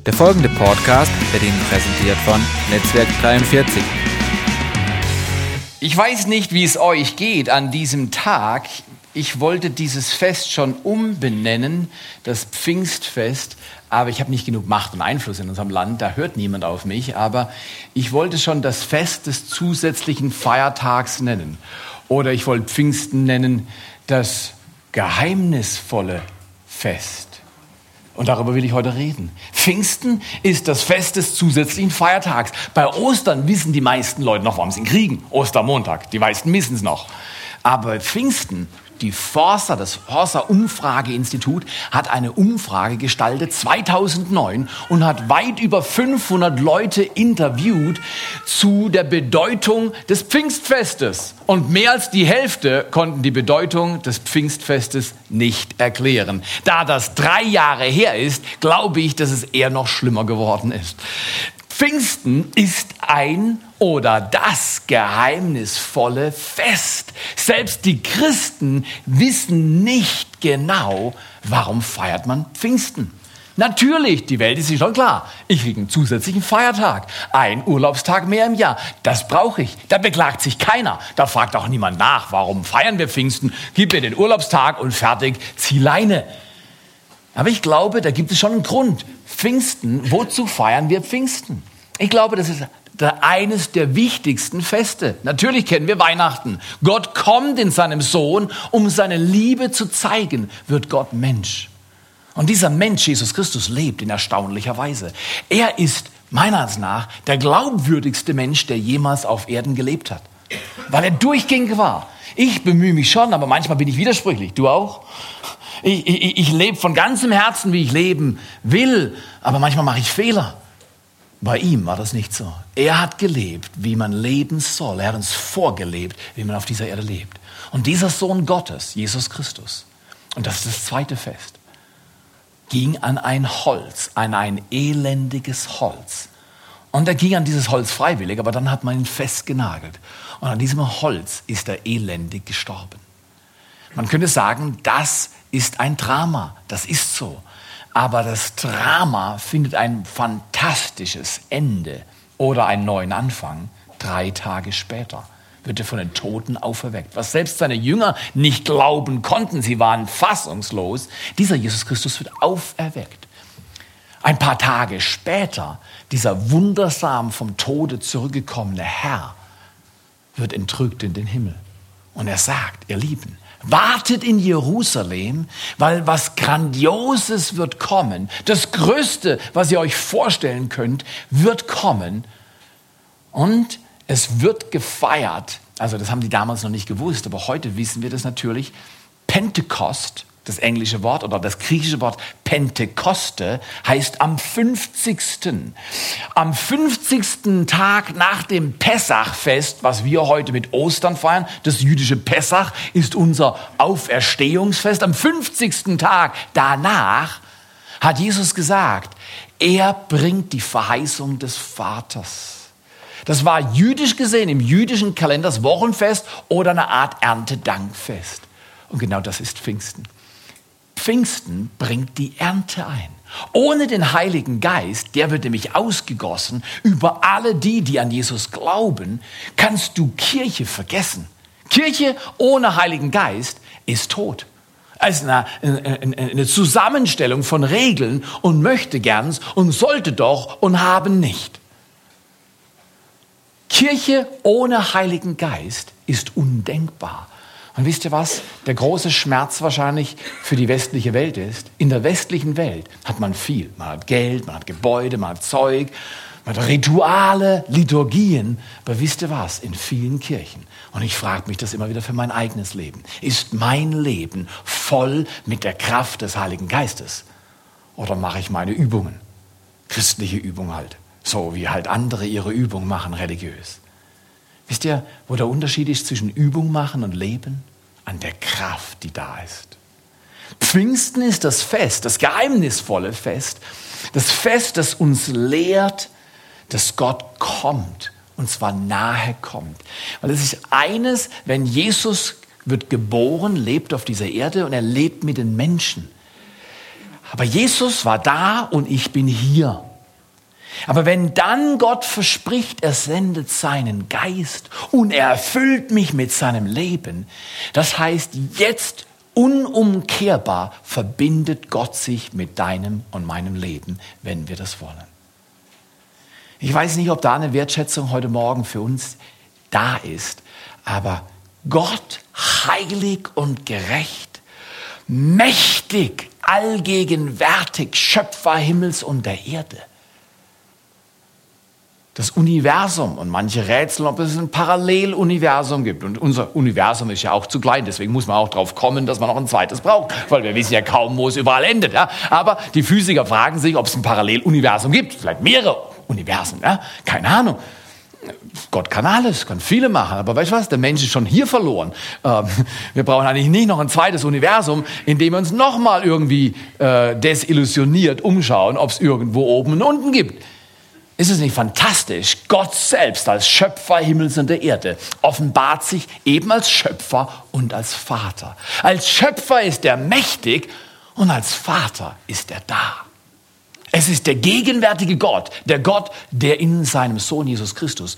Der folgende Podcast wird Ihnen präsentiert von Netzwerk 43. Ich weiß nicht, wie es euch geht an diesem Tag. Ich wollte dieses Fest schon umbenennen, das Pfingstfest, aber ich habe nicht genug Macht und Einfluss in unserem Land, da hört niemand auf mich, aber ich wollte schon das Fest des zusätzlichen Feiertags nennen. Oder ich wollte Pfingsten nennen, das geheimnisvolle Fest. Und darüber will ich heute reden. Pfingsten ist das Fest des zusätzlichen Feiertags. Bei Ostern wissen die meisten Leute noch, warum sie ihn kriegen. Ostermontag, die meisten wissen es noch. Aber Pfingsten, die Forsa, das Forsa-Umfrageinstitut, hat eine Umfrage gestaltet 2009 und hat weit über 500 Leute interviewt zu der Bedeutung des Pfingstfestes. Und mehr als die Hälfte konnten die Bedeutung des Pfingstfestes nicht erklären. Da das 3 Jahre her ist, glaube ich, dass es eher noch schlimmer geworden ist. Pfingsten ist ein oder das geheimnisvolle Fest. Selbst die Christen wissen nicht genau, warum feiert man Pfingsten. Natürlich, die Welt ist sich schon klar. Ich kriege einen zusätzlichen Feiertag, einen Urlaubstag mehr im Jahr. Das brauche ich. Da beklagt sich keiner. Da fragt auch niemand nach, warum feiern wir Pfingsten? Gib mir den Urlaubstag und fertig, zieh Leine. Aber ich glaube, da gibt es schon einen Grund. Pfingsten, wozu feiern wir Pfingsten? Ich glaube, das ist eines der wichtigsten Feste. Natürlich kennen wir Weihnachten. Gott kommt in seinem Sohn, um seine Liebe zu zeigen, wird Gott Mensch. Und dieser Mensch, Jesus Christus, lebt in erstaunlicher Weise. Er ist meiner Ansicht nach der glaubwürdigste Mensch, der jemals auf Erden gelebt hat. Weil er durchgängig war. Ich bemühe mich schon, aber manchmal bin ich widersprüchlich. Du auch? Ich lebe von ganzem Herzen, wie ich leben will, aber manchmal mache ich Fehler. Bei ihm war das nicht so. Er hat gelebt, wie man leben soll. Er hat uns vorgelebt, wie man auf dieser Erde lebt. Und dieser Sohn Gottes, Jesus Christus, und das ist das zweite Fest, ging an ein Holz, an ein elendiges Holz. Und er ging an dieses Holz freiwillig, aber dann hat man ihn festgenagelt. Und an diesem Holz ist er elendig gestorben. Man könnte sagen, das ist ein Drama. Das ist so. Aber das Drama findet ein fantastisches Ende oder einen neuen Anfang. 3 Tage später wird er von den Toten auferweckt. Was selbst seine Jünger nicht glauben konnten, sie waren fassungslos. Dieser Jesus Christus wird auferweckt. Ein paar Tage später, dieser wundersam vom Tode zurückgekommene Herr wird entrückt in den Himmel. Und er sagt, ihr Lieben, wartet in Jerusalem, weil was Grandioses wird kommen. Das Größte, was ihr euch vorstellen könnt, wird kommen. Und es wird gefeiert. Also das haben die damals noch nicht gewusst, aber heute wissen wir das natürlich. Pentekost, das englische Wort oder das griechische Wort Pentekoste, heißt am 50. Am 50. Tag nach dem Pessachfest, was wir heute mit Ostern feiern, das jüdische Pessach ist unser Auferstehungsfest. Am 50. Tag danach hat Jesus gesagt, er bringt die Verheißung des Vaters. Das war jüdisch gesehen im jüdischen Kalender das Wochenfest oder eine Art Erntedankfest. Und genau das ist Pfingsten. Pfingsten bringt die Ernte ein. Ohne den Heiligen Geist, der wird nämlich ausgegossen über alle die an Jesus glauben, kannst du Kirche vergessen. Kirche ohne Heiligen Geist ist tot. Also eine Zusammenstellung von Regeln und Möchtegerns und sollte doch und haben nicht. Kirche ohne Heiligen Geist ist undenkbar. Und wisst ihr was? Der große Schmerz wahrscheinlich für die westliche Welt ist, in der westlichen Welt hat man viel. Man hat Geld, man hat Gebäude, man hat Zeug, man hat Rituale, Liturgien. Aber wisst ihr was? In vielen Kirchen, und ich frage mich das immer wieder für mein eigenes Leben, ist mein Leben voll mit der Kraft des Heiligen Geistes? Oder mache ich meine Übungen? Christliche Übungen halt. So wie halt andere ihre Übung machen, religiös. Wisst ihr, wo der Unterschied ist zwischen Übung machen und Leben? An der Kraft, die da ist. Pfingsten ist das Fest, das geheimnisvolle Fest. Das Fest, das uns lehrt, dass Gott kommt. Und zwar nahe kommt. Weil es ist eines, wenn Jesus wird geboren, lebt auf dieser Erde und er lebt mit den Menschen. Aber Jesus war da und ich bin hier. Aber wenn dann Gott verspricht, er sendet seinen Geist und er erfüllt mich mit seinem Leben, das heißt, jetzt unumkehrbar verbindet Gott sich mit deinem und meinem Leben, wenn wir das wollen. Ich weiß nicht, ob da eine Wertschätzung heute Morgen für uns da ist, aber Gott, heilig und gerecht, mächtig, allgegenwärtig, Schöpfer Himmels und der Erde. Das Universum, und manche rätseln, ob es ein Paralleluniversum gibt. Und unser Universum ist ja auch zu klein, deswegen muss man auch drauf kommen, dass man noch ein zweites braucht, weil wir wissen ja kaum, wo es überall endet. Ja? Aber die Physiker fragen sich, ob es ein Paralleluniversum gibt, vielleicht mehrere Universen, ja? Keine Ahnung. Gott kann alles, kann viele machen, aber weißt du was, der Mensch ist schon hier verloren. Wir brauchen eigentlich nicht noch ein zweites Universum, in dem wir uns nochmal irgendwie desillusioniert umschauen, ob es irgendwo oben und unten gibt. Ist es nicht fantastisch? Gott selbst als Schöpfer Himmels und der Erde offenbart sich eben als Schöpfer und als Vater. Als Schöpfer ist er mächtig und als Vater ist er da. Es ist der gegenwärtige Gott, der in seinem Sohn Jesus Christus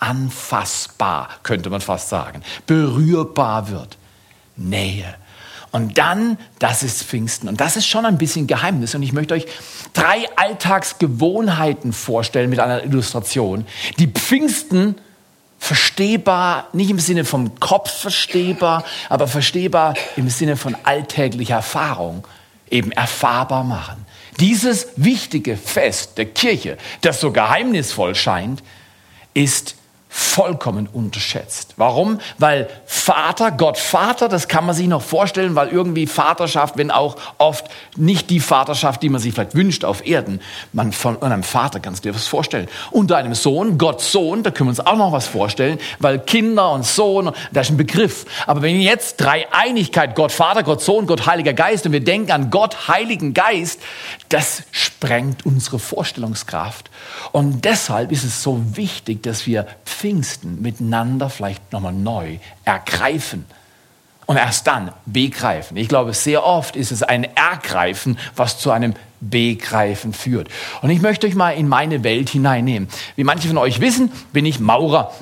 anfassbar, könnte man fast sagen, berührbar wird. Nähe. Und dann, das ist Pfingsten. Und das ist schon ein bisschen Geheimnis. Und ich möchte euch 3 Alltagsgewohnheiten vorstellen mit einer Illustration, die Pfingsten verstehbar, nicht im Sinne vom Kopf verstehbar, aber verstehbar im Sinne von alltäglicher Erfahrung, eben erfahrbar machen. Dieses wichtige Fest der Kirche, das so geheimnisvoll scheint, ist vollkommen unterschätzt. Warum? Weil Gott Vater, das kann man sich noch vorstellen, weil irgendwie Vaterschaft, wenn auch oft nicht die Vaterschaft, die man sich vielleicht wünscht auf Erden, von einem Vater kannst du dir was vorstellen. Unter einem Sohn, Gott Sohn, da können wir uns auch noch was vorstellen, weil Kinder und Sohn, das ist ein Begriff. Aber wenn jetzt Dreieinigkeit, Gott Vater, Gott Sohn, Gott Heiliger Geist und wir denken an Gott Heiligen Geist, das sprengt unsere Vorstellungskraft. Und deshalb ist es so wichtig, dass wir Pfingsten miteinander vielleicht nochmal neu ergreifen und erst dann begreifen. Ich glaube, sehr oft ist es ein Ergreifen, was zu einem Begreifen führt. Und ich möchte euch mal in meine Welt hineinnehmen. Wie manche von euch wissen, bin ich Maurer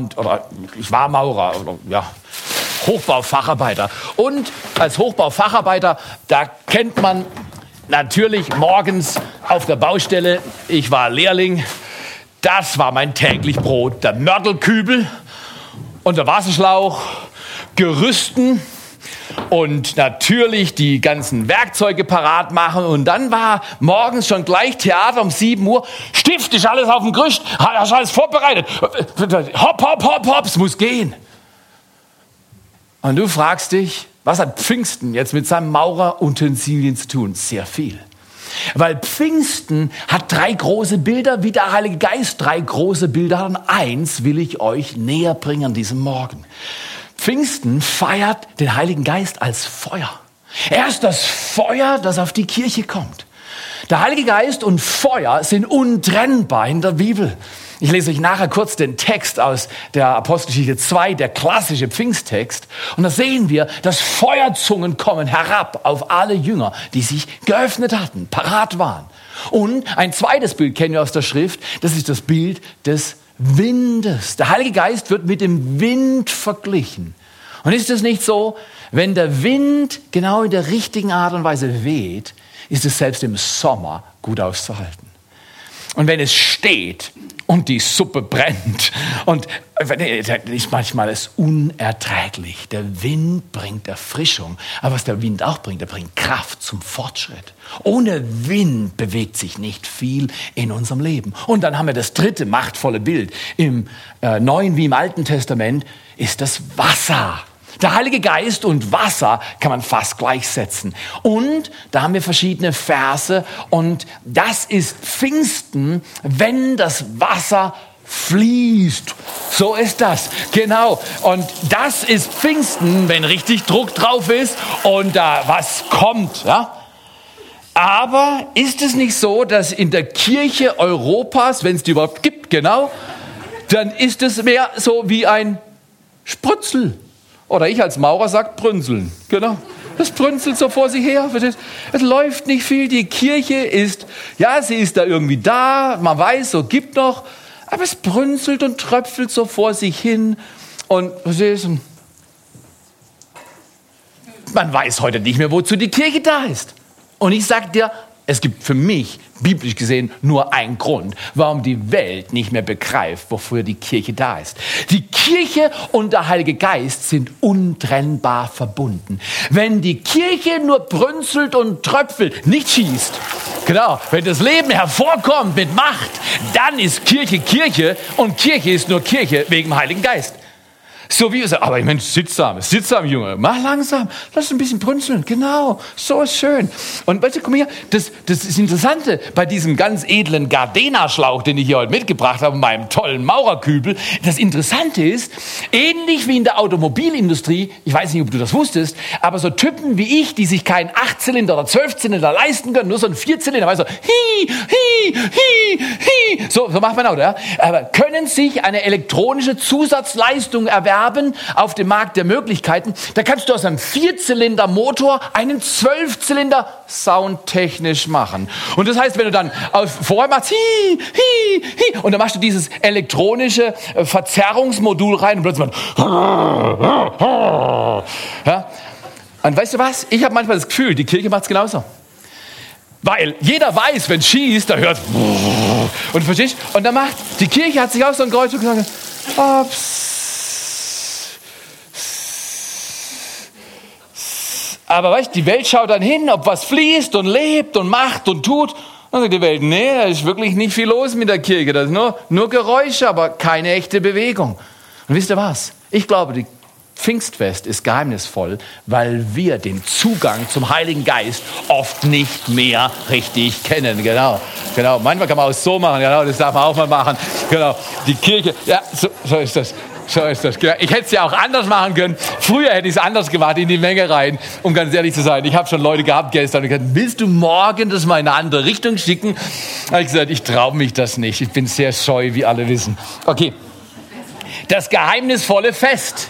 ich war Maurer oder ja, Hochbaufacharbeiter. Und als Hochbaufacharbeiter, da kennt man natürlich morgens auf der Baustelle, ich war Lehrling, das war mein täglich Brot, der Mörtelkübel und der Wasserschlauch, Gerüsten und natürlich die ganzen Werkzeuge parat machen. Und dann war morgens schon gleich Theater um 7 Uhr. Stift, ist alles auf dem Gerüst, hast alles vorbereitet. Hopp, hopp, hopp, hopp, es muss gehen. Und du fragst dich, was hat Pfingsten jetzt mit seinen Maurerutensilien zu tun? Sehr viel. Weil Pfingsten hat 3 große Bilder, wie der Heilige Geist 3 große Bilder hat. Und eins will ich euch näher bringen an diesem Morgen. Pfingsten feiert den Heiligen Geist als Feuer. Er ist das Feuer, das auf die Kirche kommt. Der Heilige Geist und Feuer sind untrennbar in der Bibel. Ich lese euch nachher kurz den Text aus der Apostelgeschichte 2, der klassische Pfingsttext. Und da sehen wir, dass Feuerzungen kommen herab auf alle Jünger, die sich geöffnet hatten, parat waren. Und ein zweites Bild kennen wir aus der Schrift, das ist das Bild des Windes. Der Heilige Geist wird mit dem Wind verglichen. Und ist es nicht so, wenn der Wind genau in der richtigen Art und Weise weht, ist es selbst im Sommer gut auszuhalten. Und wenn es steht und die Suppe brennt und ist manchmal es unerträglich. Der Wind bringt Erfrischung, aber was der Wind auch bringt, er bringt Kraft zum Fortschritt. Ohne Wind bewegt sich nicht viel in unserem Leben. Und dann haben wir das dritte machtvolle Bild. Im Neuen wie im Alten Testament ist das Wasser. Der Heilige Geist und Wasser kann man fast gleichsetzen. Und da haben wir verschiedene Verse. Und das ist Pfingsten, wenn das Wasser fließt. So ist das. Genau. Und das ist Pfingsten, wenn richtig Druck drauf ist und da was kommt. Ja? Aber ist es nicht so, dass in der Kirche Europas, wenn es die überhaupt gibt, genau, dann ist es mehr so wie ein Sprützel. Oder ich als Maurer sage Brünseln. Genau. Das brünzelt so vor sich her. Es läuft nicht viel. Die Kirche ist, ja, sie ist da irgendwie da. Man weiß, so gibt noch. Aber es brünzelt und tröpfelt so vor sich hin. Und man weiß heute nicht mehr, wozu die Kirche da ist. Und ich sage dir, es gibt für mich, biblisch gesehen, nur einen Grund, warum die Welt nicht mehr begreift, wofür die Kirche da ist. Die Kirche und der Heilige Geist sind untrennbar verbunden. Wenn die Kirche nur brünzelt und tröpfelt, nicht schießt, genau, wenn das Leben hervorkommt mit Macht, dann ist Kirche Kirche und Kirche ist nur Kirche wegen dem Heiligen Geist. So wie wir sagen, aber ich meine, sittsam, Junge, mach langsam, lass ein bisschen brünzeln, genau, so ist schön. Und weißt du, komm her, das ist Interessante bei diesem ganz edlen Gardena-Schlauch, den ich hier heute mitgebracht habe, meinem tollen Maurerkübel. Das Interessante ist, ähnlich wie in der Automobilindustrie, ich weiß nicht, ob du das wusstest, aber so Typen wie ich, die sich keinen 8-Zylinder oder 12-Zylinder leisten können, nur so einen 4-Zylinder, weißt du, so macht mein Auto, ja, aber können sich eine elektronische Zusatzleistung erwerben, auf dem Markt der Möglichkeiten. Da kannst du aus einem 4-Zylinder-Motor einen 12-Zylinder soundtechnisch machen. Und das heißt, wenn du dann vorher machst, und dann machst du dieses elektronische Verzerrungsmodul rein und plötzlich ja. Und weißt du was? Ich habe manchmal das Gefühl, die Kirche macht es genauso. Weil jeder weiß, wenn es schießt, da hört und verstehst? Und dann macht die Kirche, hat sich auch so ein Kreuz und gesagt, aber weißt, die Welt schaut dann hin, ob was fließt und lebt und macht und tut. Und sagt die Welt, nee, da ist wirklich nicht viel los mit der Kirche. Das ist nur Geräusche, aber keine echte Bewegung. Und wisst ihr was? Ich glaube, die Pfingstfest ist geheimnisvoll, weil wir den Zugang zum Heiligen Geist oft nicht mehr richtig kennen. Genau. Manchmal kann man auch so machen. Genau, das darf man auch mal machen. Genau. Die Kirche, ja, so ist das. So ist das. Ich hätte es ja auch anders machen können. Früher hätte ich es anders gemacht, in die Menge rein, um ganz ehrlich zu sein. Ich habe schon Leute gehabt gestern und gesagt, willst du morgen das mal in eine andere Richtung schicken? Da habe ich gesagt, ich traue mich das nicht. Ich bin sehr scheu, wie alle wissen. Okay. Das geheimnisvolle Fest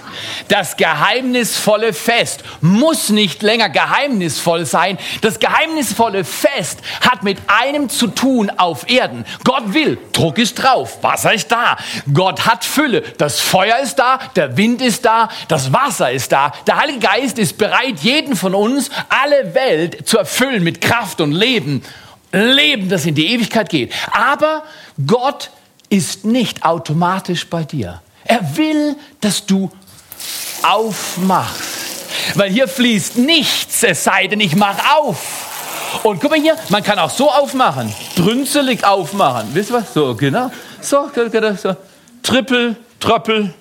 muss nicht länger geheimnisvoll sein. Das geheimnisvolle Fest hat mit einem zu tun auf Erden. Gott will, Druck ist drauf, Wasser ist da. Gott hat Fülle, das Feuer ist da, der Wind ist da, das Wasser ist da. Der Heilige Geist ist bereit, jeden von uns, alle Welt zu erfüllen mit Kraft und Leben. Leben, das in die Ewigkeit geht. Aber Gott ist nicht automatisch bei dir. Er will, dass du aufmachst. Weil hier fließt nichts, es sei denn, ich mache auf. Und guck mal hier, man kann auch so aufmachen. Brünzelig aufmachen. Wisst ihr was? So, genau. So. Trippel, Tröppel,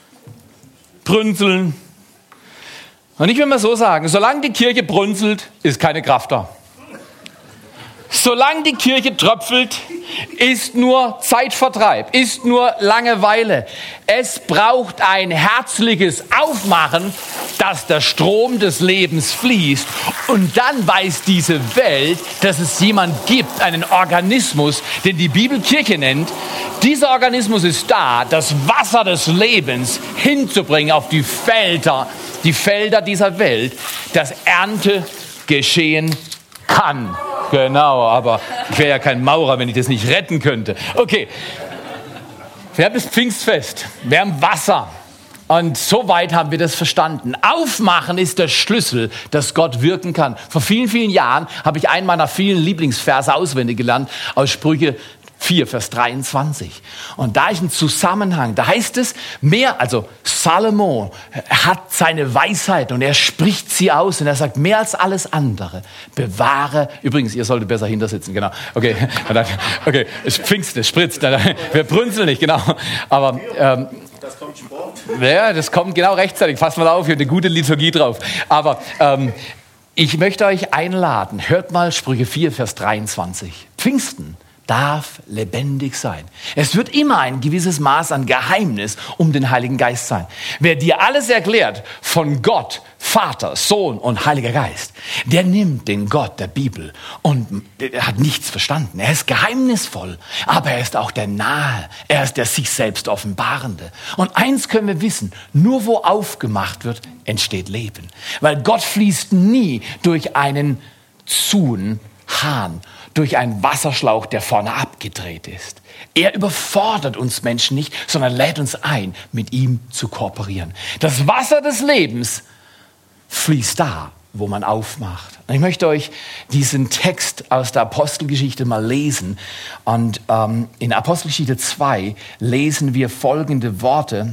brünzeln. Und ich will mal so sagen, solange die Kirche brünzelt, ist keine Kraft da. Solange die Kirche tröpfelt, ist nur Zeitvertreib, ist nur Langeweile. Es braucht ein herzliches Aufmachen, dass der Strom des Lebens fließt. Und dann weiß diese Welt, dass es jemand gibt, einen Organismus, den die Bibel Kirche nennt. Dieser Organismus ist da, das Wasser des Lebens hinzubringen auf die Felder dieser Welt, dass Ernte geschehen kann. Genau, aber ich wäre ja kein Maurer, wenn ich das nicht retten könnte. Okay, wir haben das Pfingstfest, wir haben Wasser und soweit haben wir das verstanden. Aufmachen ist der Schlüssel, dass Gott wirken kann. Vor vielen, vielen Jahren habe ich einen meiner vielen Lieblingsverse auswendig gelernt aus Sprüche 4, Vers 23. Und da ist ein Zusammenhang. Da heißt es Salomo hat seine Weisheit und er spricht sie aus und er sagt, mehr als alles andere, bewahre, übrigens, ihr solltet besser hintersitzen, genau. Okay, es pfingst, es spritzt, wir brünzeln nicht, genau. Aber, das kommt Sport. Ja, das kommt genau rechtzeitig. Passt mal auf, hier eine gute Liturgie drauf. Aber, ich möchte euch einladen, hört mal Sprüche 4, Vers 23. Pfingsten. darf lebendig sein. Es wird immer ein gewisses Maß an Geheimnis um den Heiligen Geist sein. Wer dir alles erklärt von Gott, Vater, Sohn und Heiliger Geist, der nimmt den Gott der Bibel und er hat nichts verstanden. Er ist geheimnisvoll, aber er ist auch der Nahe. Er ist der sich selbst Offenbarende. Und eins können wir wissen, nur wo aufgemacht wird, entsteht Leben. Weil Gott fließt nie durch einen Hahn, durch einen Wasserschlauch, der vorne abgedreht ist. Er überfordert uns Menschen nicht, sondern lädt uns ein, mit ihm zu kooperieren. Das Wasser des Lebens fließt da, wo man aufmacht. Und ich möchte euch diesen Text aus der Apostelgeschichte mal lesen. Und in Apostelgeschichte 2 lesen wir folgende Worte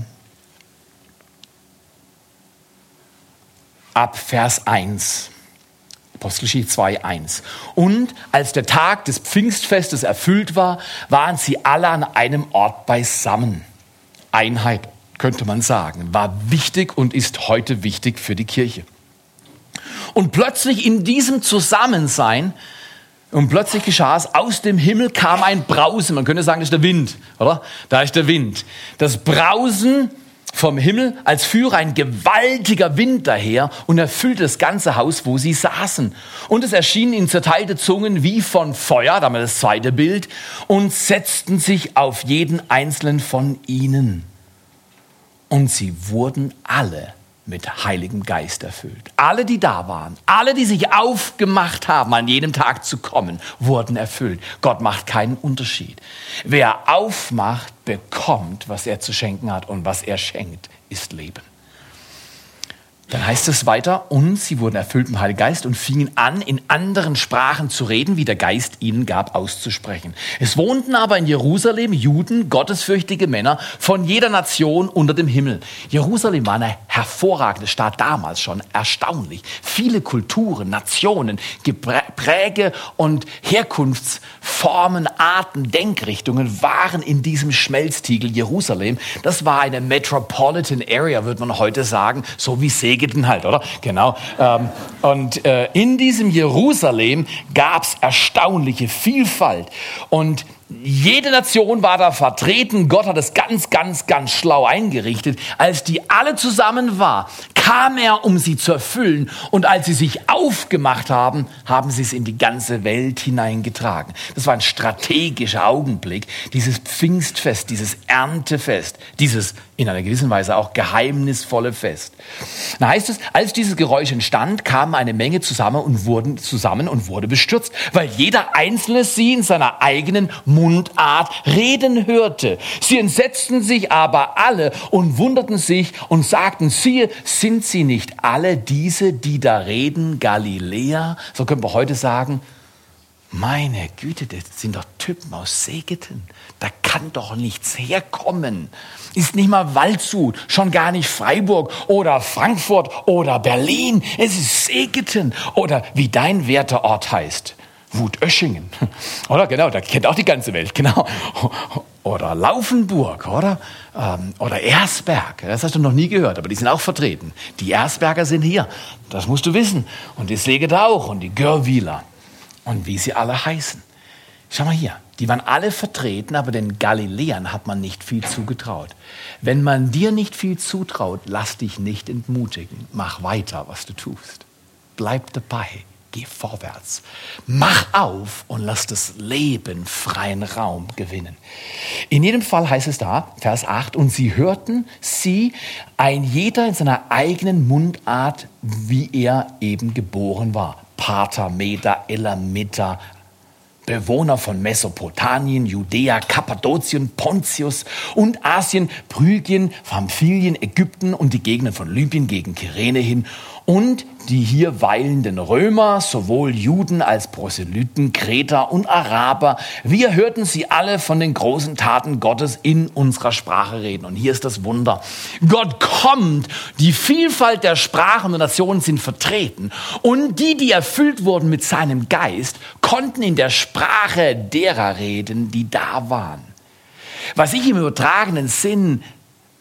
ab Vers 1. Apostelgeschichte 2,1. Und als der Tag des Pfingstfestes erfüllt war, waren sie alle an einem Ort beisammen. Einheit, könnte man sagen, war wichtig und ist heute wichtig für die Kirche. Und plötzlich in diesem Zusammensein, und plötzlich geschah es, aus dem Himmel kam ein Brausen. Man könnte sagen, das ist der Wind, oder? Da ist der Wind. Das Brausen vom Himmel, als führe ein gewaltiger Wind daher und erfüllte das ganze Haus, wo sie saßen. Und es erschienen ihnen zerteilte Zungen wie von Feuer, da haben wir das zweite Bild, und setzten sich auf jeden einzelnen von ihnen. Und sie wurden alle mit Heiligem Geist erfüllt. Alle, die da waren, alle, die sich aufgemacht haben, an jedem Tag zu kommen, wurden erfüllt. Gott macht keinen Unterschied. Wer aufmacht, bekommt, was er zu schenken hat. Und was er schenkt, ist Leben. Dann heißt es weiter, und sie wurden erfüllt mit Heiligen Geist und fingen an, in anderen Sprachen zu reden, wie der Geist ihnen gab, auszusprechen. Es wohnten aber in Jerusalem Juden, gottesfürchtige Männer von jeder Nation unter dem Himmel. Jerusalem war eine hervorragende Stadt, damals schon erstaunlich. Viele Kulturen, Nationen, Präge und Herkunftsformen, Arten, Denkrichtungen waren in diesem Schmelztiegel Jerusalem. Das war eine Metropolitan Area, würde man heute sagen, so wie Segeten halt, oder? Genau. Und in diesem Jerusalem gab es erstaunliche Vielfalt. Und jede Nation war da vertreten. Gott hat es ganz, ganz, ganz schlau eingerichtet. Als die alle zusammen war, kam er, um sie zu erfüllen. Und als sie sich aufgemacht haben, haben sie es in die ganze Welt hineingetragen. Das war ein strategischer Augenblick. Dieses Pfingstfest, dieses Erntefest, dieses in einer gewissen Weise auch geheimnisvolle Fest. Da heißt es, als dieses Geräusch entstand, kam eine Menge zusammen und wurde bestürzt, weil jeder Einzelne sie in seiner eigenen Mundart reden hörte. Sie entsetzten sich aber alle und wunderten sich und sagten, siehe, sind sie nicht alle diese, die da reden, Galiläer? So können wir heute sagen, meine Güte, das sind doch Typen aus Segeten. Da kann doch nichts herkommen. Ist nicht mal Waldshut, schon gar nicht Freiburg oder Frankfurt oder Berlin. Es ist Segeten oder wie dein werter Ort heißt. Wutöschingen. Oder genau, da kennt auch die ganze Welt, genau. Oder Laufenburg, oder? Oder Ersberg. Das hast du noch nie gehört, aber die sind auch vertreten. Die Ersberger sind hier. Das musst du wissen. Und die Segeta auch und die Görwiler. Und wie sie alle heißen. Schau mal hier, die waren alle vertreten, aber den Galiläern hat man nicht viel zugetraut. Wenn man dir nicht viel zutraut, lass dich nicht entmutigen. Mach weiter, was du tust. Bleib dabei, geh vorwärts. Mach auf und lass das Leben freien Raum gewinnen. In jedem Fall heißt es da, Vers 8, und sie hörten sie, ein jeder in seiner eigenen Mundart, wie er eben geboren war. Parther, Meder, Elamiter, Bewohner von Mesopotamien, Judäa, Kappadokien, Pontius und Asien, Phrygien, Pamphylien, Ägypten und die Gegenden von Libyen gegen Kyrene hin und die hier weilenden Römer, sowohl Juden als Proselyten, Kreter und Araber. Wir hörten sie alle von den großen Taten Gottes in unserer Sprache reden. Und hier ist das Wunder. Gott kommt, die Vielfalt der Sprachen und Nationen sind vertreten. Und die erfüllt wurden mit seinem Geist, konnten in der Sprache derer reden, die da waren. Was ich im übertragenen Sinn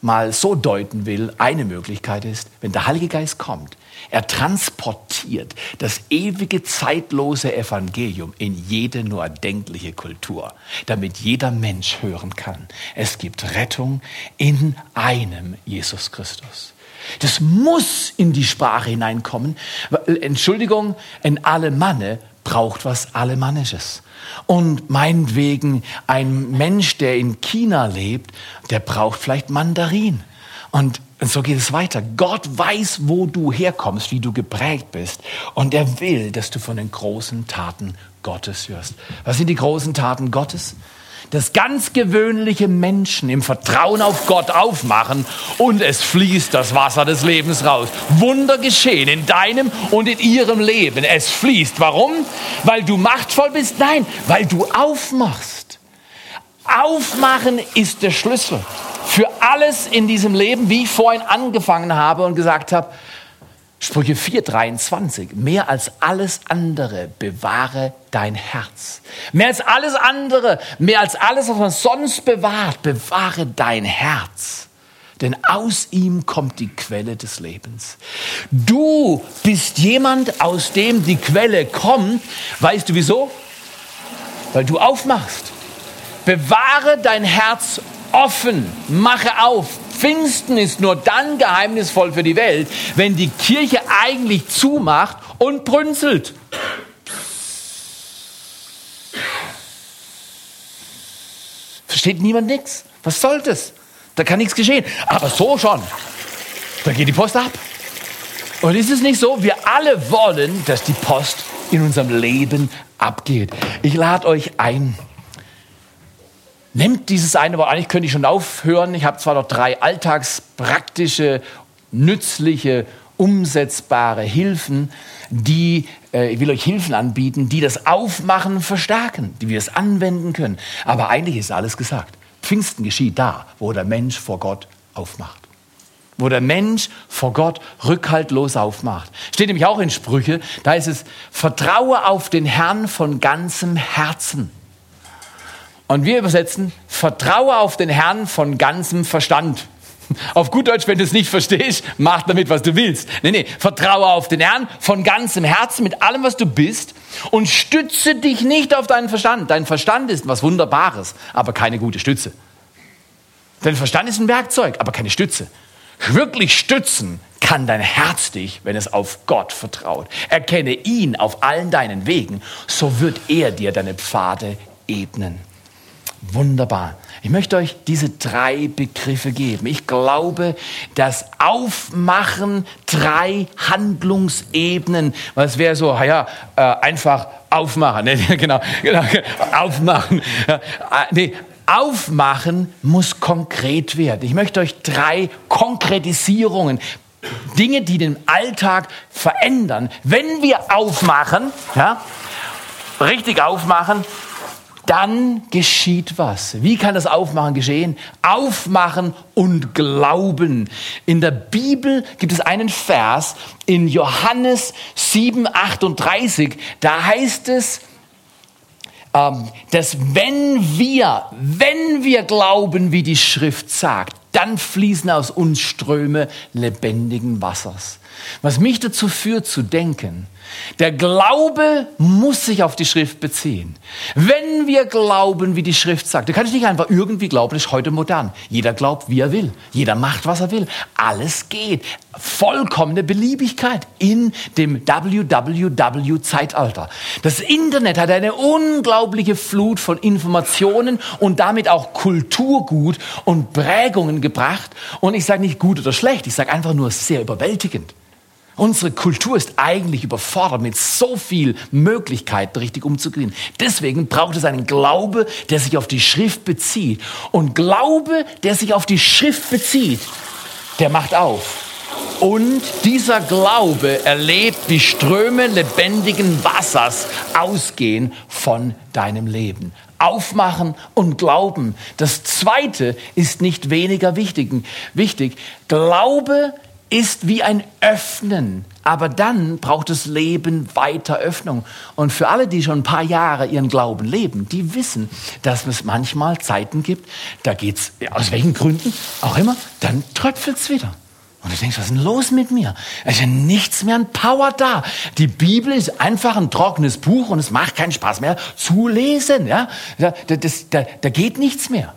mal so deuten will, eine Möglichkeit ist, wenn der Heilige Geist kommt, er transportiert das ewige, zeitlose Evangelium in jede nur erdenkliche Kultur, damit jeder Mensch hören kann. Es gibt Rettung in einem Jesus Christus. Das muss in die Sprache hineinkommen. Entschuldigung, ein Alemanne braucht was Alemannisches. Und meinetwegen ein Mensch, der in China lebt, der braucht vielleicht Mandarin. Und so geht es weiter. Gott weiß, wo du herkommst, wie du geprägt bist. Und er will, dass du von den großen Taten Gottes hörst. Was sind die großen Taten Gottes? Dass ganz gewöhnliche Menschen im Vertrauen auf Gott aufmachen und es fließt das Wasser des Lebens raus. Wunder geschehen in deinem und in ihrem Leben. Es fließt. Warum? Weil du machtvoll bist? Nein, weil du aufmachst. Aufmachen ist der Schlüssel für alles in diesem Leben, wie ich vorhin angefangen habe und gesagt habe, Sprüche 4,23, mehr als alles andere bewahre dein Herz. Mehr als alles andere, mehr als alles, was man sonst bewahrt, bewahre dein Herz. Denn aus ihm kommt die Quelle des Lebens. Du bist jemand, aus dem die Quelle kommt. Weißt du wieso? Weil du aufmachst. Bewahre dein Herz offen, mache auf. Pfingsten ist nur dann geheimnisvoll für die Welt, wenn die Kirche eigentlich zumacht und brünzelt. Versteht niemand nichts? Was soll das? Da kann nichts geschehen. Aber so schon. Da geht die Post ab. Und ist es nicht so? Wir alle wollen, dass die Post in unserem Leben abgeht. Ich lade euch ein. Nehmt dieses eine Wort, eigentlich könnte ich schon aufhören. Ich habe zwar noch 3 alltagspraktische, nützliche, umsetzbare Hilfen, ich will euch Hilfen anbieten, die das Aufmachen verstärken, die wir es anwenden können. Aber eigentlich ist alles gesagt. Pfingsten geschieht da, wo der Mensch vor Gott aufmacht. Wo der Mensch vor Gott rückhaltlos aufmacht. Steht nämlich auch in Sprüche, da ist es, vertraue auf den Herrn von ganzem Herzen. Und wir übersetzen, vertraue auf den Herrn von ganzem Verstand. Auf gut Deutsch, wenn du es nicht verstehst, mach damit, was du willst. Nee, vertraue auf den Herrn von ganzem Herzen, mit allem, was du bist und stütze dich nicht auf deinen Verstand. Dein Verstand ist was Wunderbares, aber keine gute Stütze. Dein Verstand ist ein Werkzeug, aber keine Stütze. Wirklich stützen kann dein Herz dich, wenn es auf Gott vertraut. Erkenne ihn auf allen deinen Wegen, so wird er dir deine Pfade ebnen. Wunderbar. Ich möchte euch diese 3 Begriffe geben. Ich glaube, das Aufmachen 3 Handlungsebenen, was wäre so, einfach aufmachen. Genau, aufmachen. Aufmachen muss konkret werden. Ich möchte euch 3 Konkretisierungen, Dinge, die den Alltag verändern. Wenn wir aufmachen, richtig aufmachen, dann geschieht was. Wie kann das Aufmachen geschehen? Aufmachen und Glauben. In der Bibel gibt es einen Vers in Johannes 7,38. Da heißt es, dass wenn wir glauben, wie die Schrift sagt, dann fließen aus uns Ströme lebendigen Wassers. Was mich dazu führt zu denken, der Glaube muss sich auf die Schrift beziehen. Wenn wir glauben, wie die Schrift sagt, du kannst nicht einfach irgendwie glauben, das ist heute modern. Jeder glaubt, wie er will. Jeder macht, was er will. Alles geht. Vollkommene Beliebigkeit in dem WWW-Zeitalter. Das Internet hat eine unglaubliche Flut von Informationen und damit auch Kulturgut und Prägungen gebracht. Und ich sage nicht gut oder schlecht, ich sage einfach nur sehr überwältigend. Unsere Kultur ist eigentlich überfordert mit so viel Möglichkeiten, richtig umzugehen. Deswegen braucht es einen Glaube, der sich auf die Schrift bezieht. Und Glaube, der sich auf die Schrift bezieht, der macht auf. Und dieser Glaube erlebt, wie Ströme lebendigen Wassers ausgehen von deinem Leben. Aufmachen und glauben. Das Zweite ist nicht weniger wichtig. Glaube ist wie ein Öffnen. Aber dann braucht das Leben weiter Öffnung. Und für alle, die schon ein paar Jahre ihren Glauben leben, die wissen, dass es manchmal Zeiten gibt, da geht's, aus welchen Gründen auch immer, dann tröpfelt's wieder. Und du denkst, was ist denn los mit mir? Es ist ja nichts mehr an Power da. Die Bibel ist einfach ein trockenes Buch und es macht keinen Spaß mehr zu lesen. Ja? Da geht nichts mehr.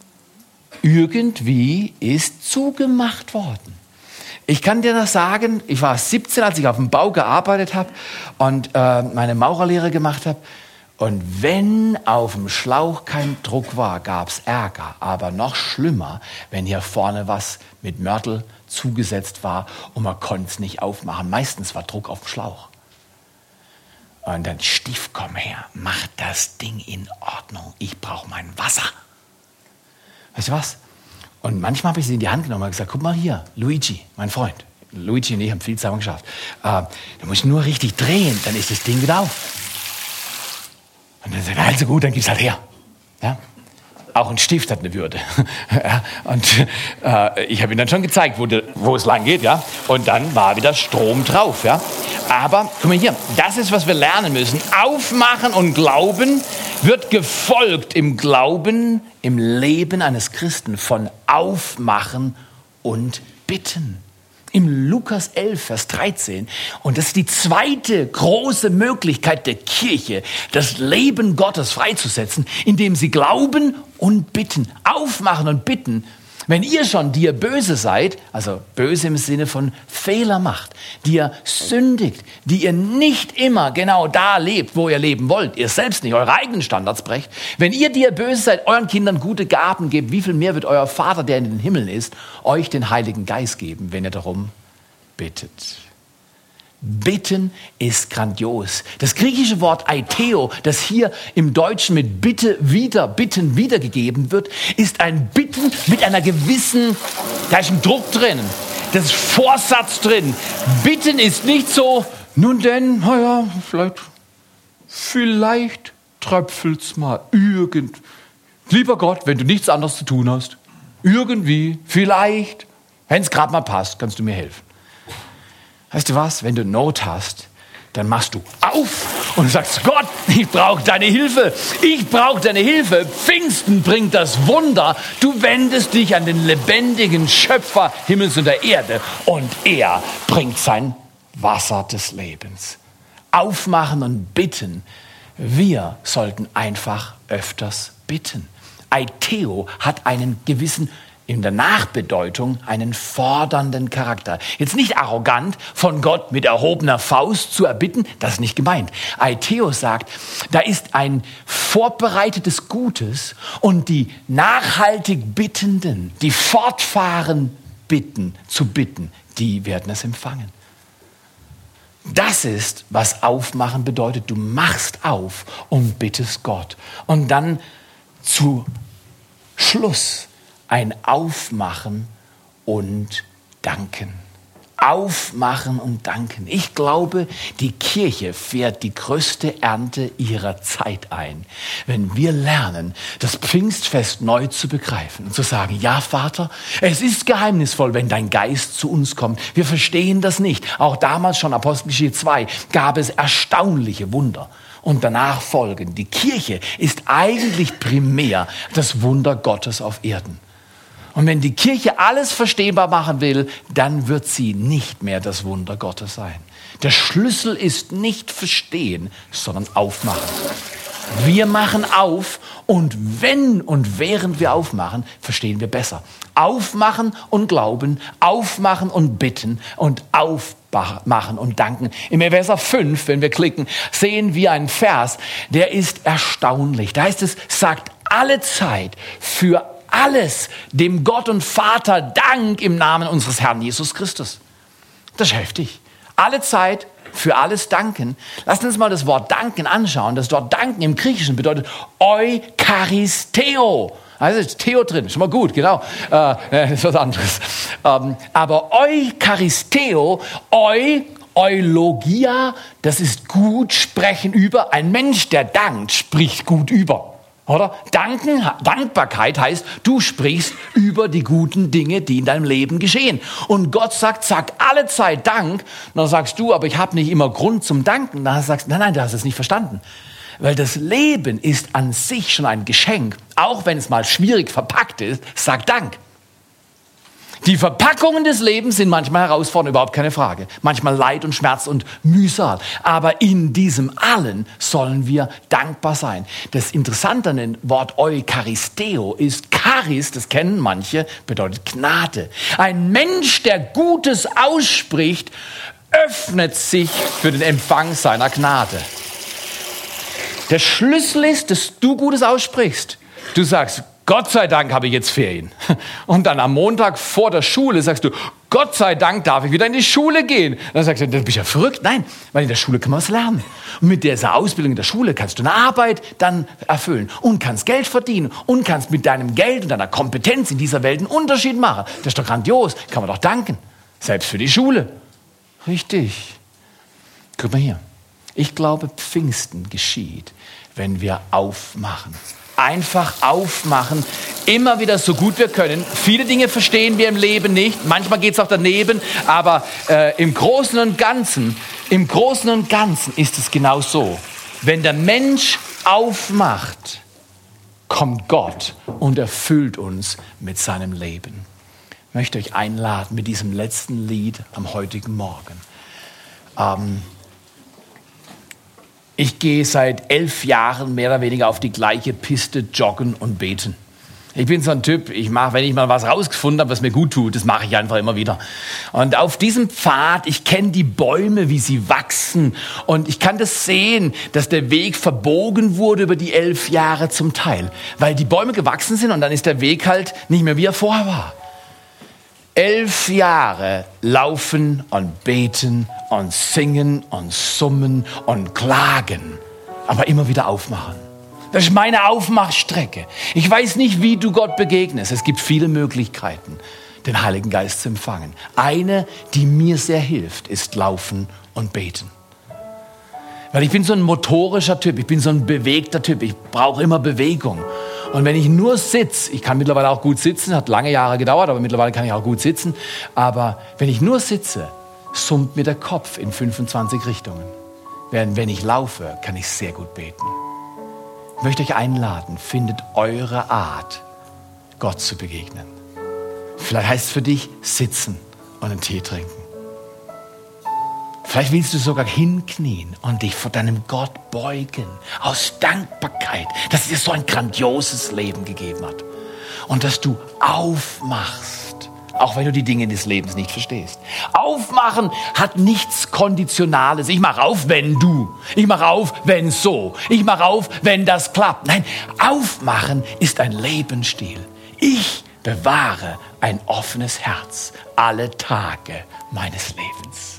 Irgendwie ist zugemacht worden. Ich kann dir das sagen, ich war 17, als ich auf dem Bau gearbeitet habe und meine Maurerlehre gemacht habe. Und wenn auf dem Schlauch kein Druck war, gab's Ärger. Aber noch schlimmer, wenn hier vorne was mit Mörtel zugesetzt war und man konnte es nicht aufmachen. Meistens war Druck auf dem Schlauch. Und dann, Stift, komm her, mach das Ding in Ordnung. Ich brauche mein Wasser. Weißt du was? Und manchmal habe ich sie in die Hand genommen und gesagt, guck mal hier, Luigi, mein Freund. Luigi und ich haben viel zusammen geschafft. Da muss ich nur richtig drehen, dann ist das Ding wieder auf. Und dann sagt er, also gut, dann gib's halt her. Ja? Auch ein Stift hat eine Würde. Ja? Und ich habe ihm dann schon gezeigt, wo es lang geht. Ja? Und dann war wieder Strom drauf. Ja? Aber, guck mal hier, das ist, was wir lernen müssen. Aufmachen und Glauben wird gefolgt im Glauben, im Leben eines Christen von Aufmachen und Bitten. Im Lukas 11, Vers 13. Und das ist die zweite große Möglichkeit der Kirche, das Leben Gottes freizusetzen, indem sie glauben und bitten, aufmachen und bitten. Wenn ihr schon, die ihr böse seid, also böse im Sinne von Fehler macht, die ihr sündigt, die ihr nicht immer genau da lebt, wo ihr leben wollt, ihr selbst nicht eure eigenen Standards brecht, wenn ihr, die ihr böse seid, euren Kindern gute Gaben gebt, wie viel mehr wird euer Vater, der in den Himmeln ist, euch den Heiligen Geist geben, wenn ihr darum bittet. Bitten ist grandios. Das griechische Wort aiteo, das hier im Deutschen mit Bitten wiedergegeben wird, ist ein Bitten mit einer gewissen, da ist ein Druck drin, das ist Vorsatz drin. Bitten ist nicht so, nun denn, naja, vielleicht tröpfelt's mal Lieber Gott, wenn du nichts anderes zu tun hast, irgendwie, vielleicht, wenn es gerade mal passt, kannst du mir helfen. Weißt du was, wenn du Not hast, dann machst du auf und sagst, Gott, ich brauche deine Hilfe. Ich brauche deine Hilfe. Pfingsten bringt das Wunder. Du wendest dich an den lebendigen Schöpfer Himmels und der Erde und er bringt sein Wasser des Lebens. Aufmachen und bitten. Wir sollten einfach öfters bitten. Aiteo hat einen gewissen, in der Nachbedeutung, einen fordernden Charakter. Jetzt nicht arrogant, von Gott mit erhobener Faust zu erbitten, das ist nicht gemeint. Aiteo sagt, da ist ein vorbereitetes Gutes und die nachhaltig Bittenden, die fortfahren zu bitten, die werden es empfangen. Das ist, was Aufmachen bedeutet. Du machst auf und bittest Gott. Und dann zu Schluss ein Aufmachen und Danken. Aufmachen und danken. Ich glaube, die Kirche fährt die größte Ernte ihrer Zeit ein, wenn wir lernen, das Pfingstfest neu zu begreifen und zu sagen, ja Vater, es ist geheimnisvoll, wenn dein Geist zu uns kommt. Wir verstehen das nicht. Auch damals schon, Apostelgeschichte 2, gab es erstaunliche Wunder. Und danach folgen. Die Kirche ist eigentlich primär das Wunder Gottes auf Erden. Und wenn die Kirche alles verstehbar machen will, dann wird sie nicht mehr das Wunder Gottes sein. Der Schlüssel ist nicht verstehen, sondern aufmachen. Wir machen auf und wenn und während wir aufmachen, verstehen wir besser. Aufmachen und glauben, aufmachen und bitten und aufmachen und danken. Im Epheser 5, wenn wir klicken, sehen wir einen Vers, der ist erstaunlich. Da heißt es, sagt alle Zeit für alles dem Gott und Vater Dank im Namen unseres Herrn Jesus Christus. Das ist heftig. Alle Zeit für alles danken. Lasst uns mal das Wort danken anschauen. Das Wort danken im Griechischen bedeutet Eucharisteo. Also ist Theo drin, schon mal gut, genau. Das ist was anderes. Aber Eucharisteo, Eulogia, das ist gut sprechen über. Ein Mensch, der dankt, spricht gut über. Oder? Dankbarkeit heißt, du sprichst über die guten Dinge, die in deinem Leben geschehen. Und Gott sagt, sag alle Zeit Dank. Und dann sagst du, aber ich habe nicht immer Grund zum Danken. Dann sagst du, nein, du hast es nicht verstanden. Weil das Leben ist an sich schon ein Geschenk. Auch wenn es mal schwierig verpackt ist, sag Dank. Die Verpackungen des Lebens sind manchmal herausfordernd, überhaupt keine Frage. Manchmal Leid und Schmerz und Mühsal. Aber in diesem allen sollen wir dankbar sein. Das Interessante an dem Wort Eucharisteo ist, Charis, das kennen manche, bedeutet Gnade. Ein Mensch, der Gutes ausspricht, öffnet sich für den Empfang seiner Gnade. Der Schlüssel ist, dass du Gutes aussprichst. Du sagst, Gott sei Dank habe ich jetzt Ferien. Und dann am Montag vor der Schule sagst du, Gott sei Dank darf ich wieder in die Schule gehen. Dann sagst du, du bist ja verrückt. Nein, weil in der Schule kann man was lernen. Und mit dieser Ausbildung in der Schule kannst du eine Arbeit dann erfüllen und kannst Geld verdienen und kannst mit deinem Geld und deiner Kompetenz in dieser Welt einen Unterschied machen. Das ist doch grandios, kann man doch danken. Selbst für die Schule. Richtig. Guck mal hier. Ich glaube, Pfingsten geschieht, wenn wir aufmachen. Einfach aufmachen, immer wieder so gut wir können. Viele Dinge verstehen wir im Leben nicht, manchmal geht es auch daneben, aber im Großen und Ganzen ist es genau so. Wenn der Mensch aufmacht, kommt Gott und erfüllt uns mit seinem Leben. Ich möchte euch einladen mit diesem letzten Lied am heutigen Morgen. Ich gehe seit 11 Jahren mehr oder weniger auf die gleiche Piste joggen und beten. Ich bin so ein Typ, wenn ich mal was rausgefunden habe, was mir gut tut, das mache ich einfach immer wieder. Und auf diesem Pfad, ich kenne die Bäume, wie sie wachsen. Und ich kann das sehen, dass der Weg verbogen wurde über die 11 Jahre zum Teil. Weil die Bäume gewachsen sind und dann ist der Weg halt nicht mehr, wie er vorher war. 11 Jahre laufen und beten und singen und summen und klagen, aber immer wieder aufmachen. Das ist meine Aufmachstrecke. Ich weiß nicht, wie du Gott begegnest. Es gibt viele Möglichkeiten, den Heiligen Geist zu empfangen. Eine, die mir sehr hilft, ist Laufen und Beten. Weil ich bin so ein motorischer Typ, ich bin so ein bewegter Typ, ich brauche immer Bewegung. Und wenn ich nur sitze, ich kann mittlerweile auch gut sitzen, hat lange Jahre gedauert, aber mittlerweile kann ich auch gut sitzen. Aber wenn ich nur sitze, summt mir der Kopf in 25 Richtungen. Während wenn ich laufe, kann ich sehr gut beten. Ich möchte euch einladen, findet eure Art, Gott zu begegnen. Vielleicht heißt es für dich, sitzen und einen Tee trinken. Vielleicht willst du sogar hinknien und dich vor deinem Gott beugen, aus Dankbarkeit, dass er dir so ein grandioses Leben gegeben hat. Und dass du aufmachst, auch wenn du die Dinge des Lebens nicht verstehst. Aufmachen hat nichts Konditionales. Ich mache auf, wenn du. Ich mache auf, wenn so. Ich mache auf, wenn das klappt. Nein, aufmachen ist ein Lebensstil. Ich bewahre ein offenes Herz alle Tage meines Lebens.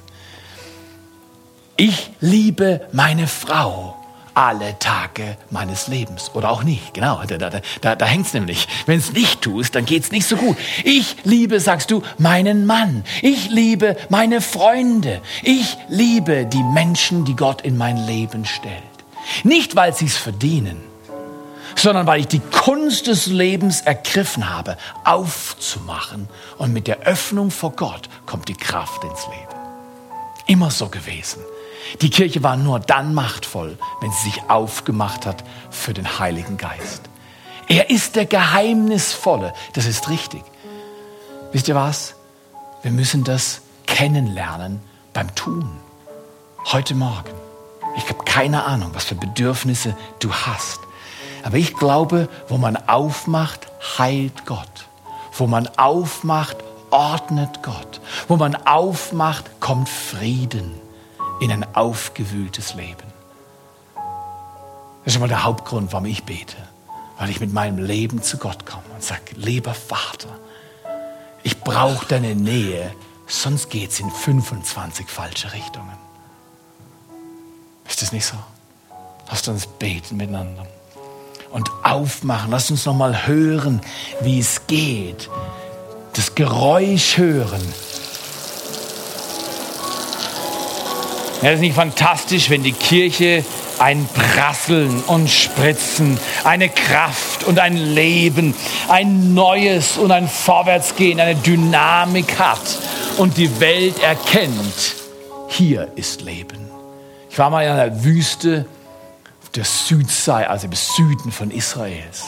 Ich liebe meine Frau alle Tage meines Lebens. Oder auch nicht, genau, da hängt es nämlich. Wenn es nicht tust, dann geht es nicht so gut. Ich liebe, sagst du, meinen Mann. Ich liebe meine Freunde. Ich liebe die Menschen, die Gott in mein Leben stellt. Nicht, weil sie es verdienen, sondern weil ich die Kunst des Lebens ergriffen habe, aufzumachen. Und mit der Öffnung vor Gott kommt die Kraft ins Leben. Immer so gewesen. Die Kirche war nur dann machtvoll, wenn sie sich aufgemacht hat für den Heiligen Geist. Er ist der Geheimnisvolle. Das ist richtig. Wisst ihr was? Wir müssen das kennenlernen beim Tun. Heute Morgen. Ich habe keine Ahnung, was für Bedürfnisse du hast. Aber ich glaube, wo man aufmacht, heilt Gott. Wo man aufmacht, ordnet Gott. Wo man aufmacht, kommt Frieden in ein aufgewühltes Leben. Das ist schon mal der Hauptgrund, warum ich bete. Weil ich mit meinem Leben zu Gott komme und sage, lieber Vater, ich brauche deine Nähe, sonst geht es in 25 falsche Richtungen. Ist das nicht so? Lasst uns beten miteinander und aufmachen. Lasst uns noch mal hören, wie es geht. Das Geräusch hören. Ja, das ist nicht fantastisch, wenn die Kirche ein Prasseln und Spritzen, eine Kraft und ein Leben, ein Neues und ein Vorwärtsgehen, eine Dynamik hat und die Welt erkennt, hier ist Leben. Ich war mal in einer Wüste auf der Südseite, also im Süden von Israels.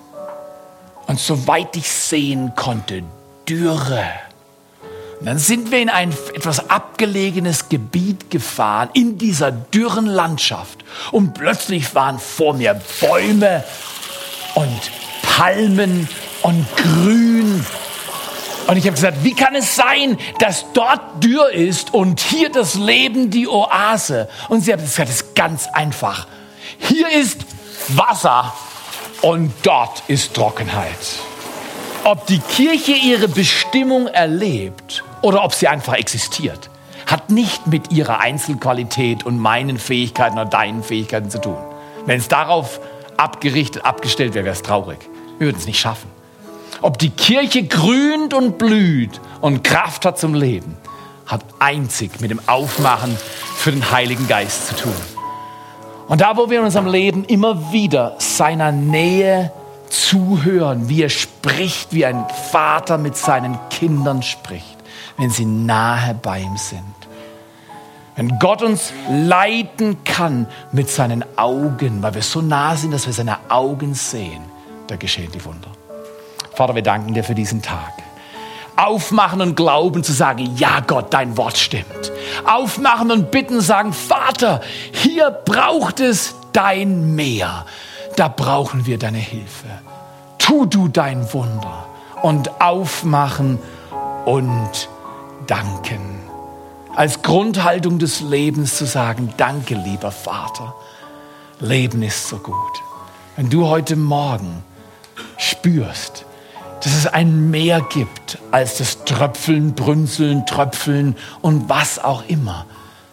Und soweit ich sehen konnte, Dürre. Und dann sind wir in ein etwas abgelegenes Gebiet gefahren, in dieser dürren Landschaft. Und plötzlich waren vor mir Bäume und Palmen und Grün. Und ich habe gesagt, wie kann es sein, dass dort dürr ist und hier das Leben, die Oase? Und sie hat gesagt, es ist ganz einfach. Hier ist Wasser und dort ist Trockenheit. Ob die Kirche ihre Bestimmung erlebt oder ob sie einfach existiert, hat nicht mit ihrer Einzelqualität und meinen Fähigkeiten oder deinen Fähigkeiten zu tun. Wenn es darauf abgestellt wäre, wäre es traurig. Wir würden es nicht schaffen. Ob die Kirche grünt und blüht und Kraft hat zum Leben, hat einzig mit dem Aufmachen für den Heiligen Geist zu tun. Und da, wo wir in unserem Leben immer wieder seiner Nähe zuhören, wie er spricht, wie ein Vater mit seinen Kindern spricht, wenn sie nahe bei ihm sind. Wenn Gott uns leiten kann mit seinen Augen, weil wir so nah sind, dass wir seine Augen sehen, da geschehen die Wunder. Vater, wir danken dir für diesen Tag. Aufmachen und glauben zu sagen, ja Gott, dein Wort stimmt. Aufmachen und bitten, sagen, Vater, hier braucht es dein Meer. Da brauchen wir deine Hilfe. Tu du dein Wunder und aufmachen und danken. Als Grundhaltung des Lebens zu sagen, danke, lieber Vater. Leben ist so gut. Wenn du heute Morgen spürst, dass es ein Meer gibt als das Tröpfeln, Brünzeln, Tröpfeln und was auch immer,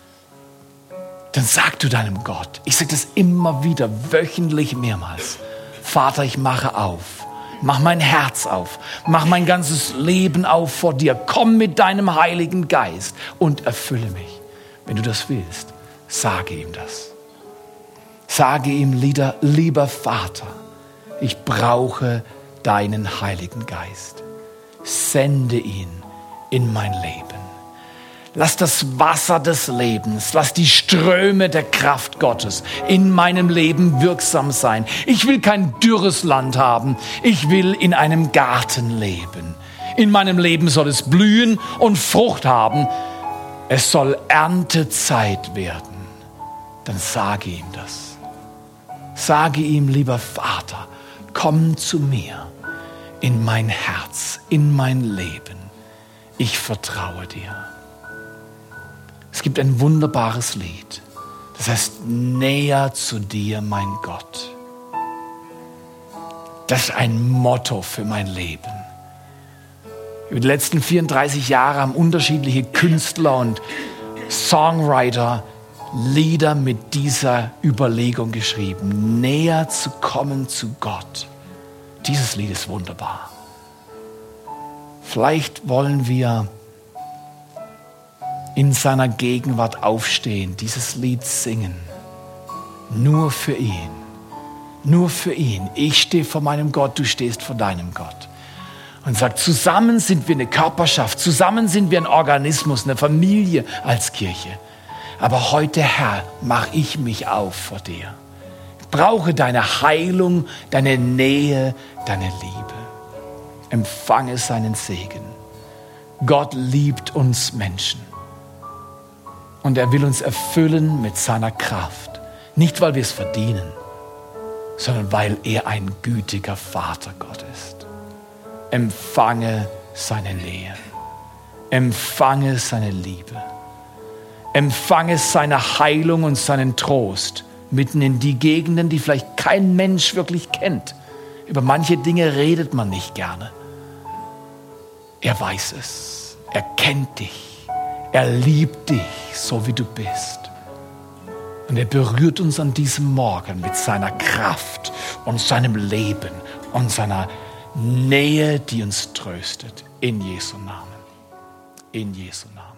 dann sag du deinem Gott, ich sage das immer wieder, wöchentlich mehrmals, Vater, ich mache auf, mach mein Herz auf, mach mein ganzes Leben auf vor dir, komm mit deinem Heiligen Geist und erfülle mich. Wenn du das willst, sage ihm das. Sage ihm, lieber Vater, ich brauche deinen Heiligen Geist. Sende ihn in mein Leben. Lass das Wasser des Lebens, lass die Ströme der Kraft Gottes in meinem Leben wirksam sein. Ich will kein dürres Land haben. Ich will in einem Garten leben. In meinem Leben soll es blühen und Frucht haben. Es soll Erntezeit werden. Dann sage ihm das. Sage ihm, lieber Vater, komm zu mir in mein Herz, in mein Leben. Ich vertraue dir. Es gibt ein wunderbares Lied, das heißt, näher zu dir, mein Gott. Das ist ein Motto für mein Leben. Über die letzten 34 Jahre haben unterschiedliche Künstler und Songwriter Lieder mit dieser Überlegung geschrieben, näher zu kommen zu Gott. Dieses Lied ist wunderbar. Vielleicht wollen wir in seiner Gegenwart aufstehen, dieses Lied singen. Nur für ihn. Nur für ihn. Ich stehe vor meinem Gott, du stehst vor deinem Gott. Und sagt, zusammen sind wir eine Körperschaft, zusammen sind wir ein Organismus, eine Familie als Kirche. Aber heute, Herr, mache ich mich auf vor dir. Ich brauche deine Heilung, deine Nähe, deine Liebe. Empfange seinen Segen. Gott liebt uns Menschen. Und er will uns erfüllen mit seiner Kraft. Nicht, weil wir es verdienen, sondern weil er ein gütiger Vater Gott ist. Empfange seine Nähe. Empfange seine Liebe. Empfange seine Heilung und seinen Trost mitten in die Gegenden, die vielleicht kein Mensch wirklich kennt. Über manche Dinge redet man nicht gerne. Er weiß es. Er kennt dich. Er liebt dich, so wie du bist. Und er berührt uns an diesem Morgen mit seiner Kraft und seinem Leben und seiner Nähe, die uns tröstet. In Jesu Namen. In Jesu Namen.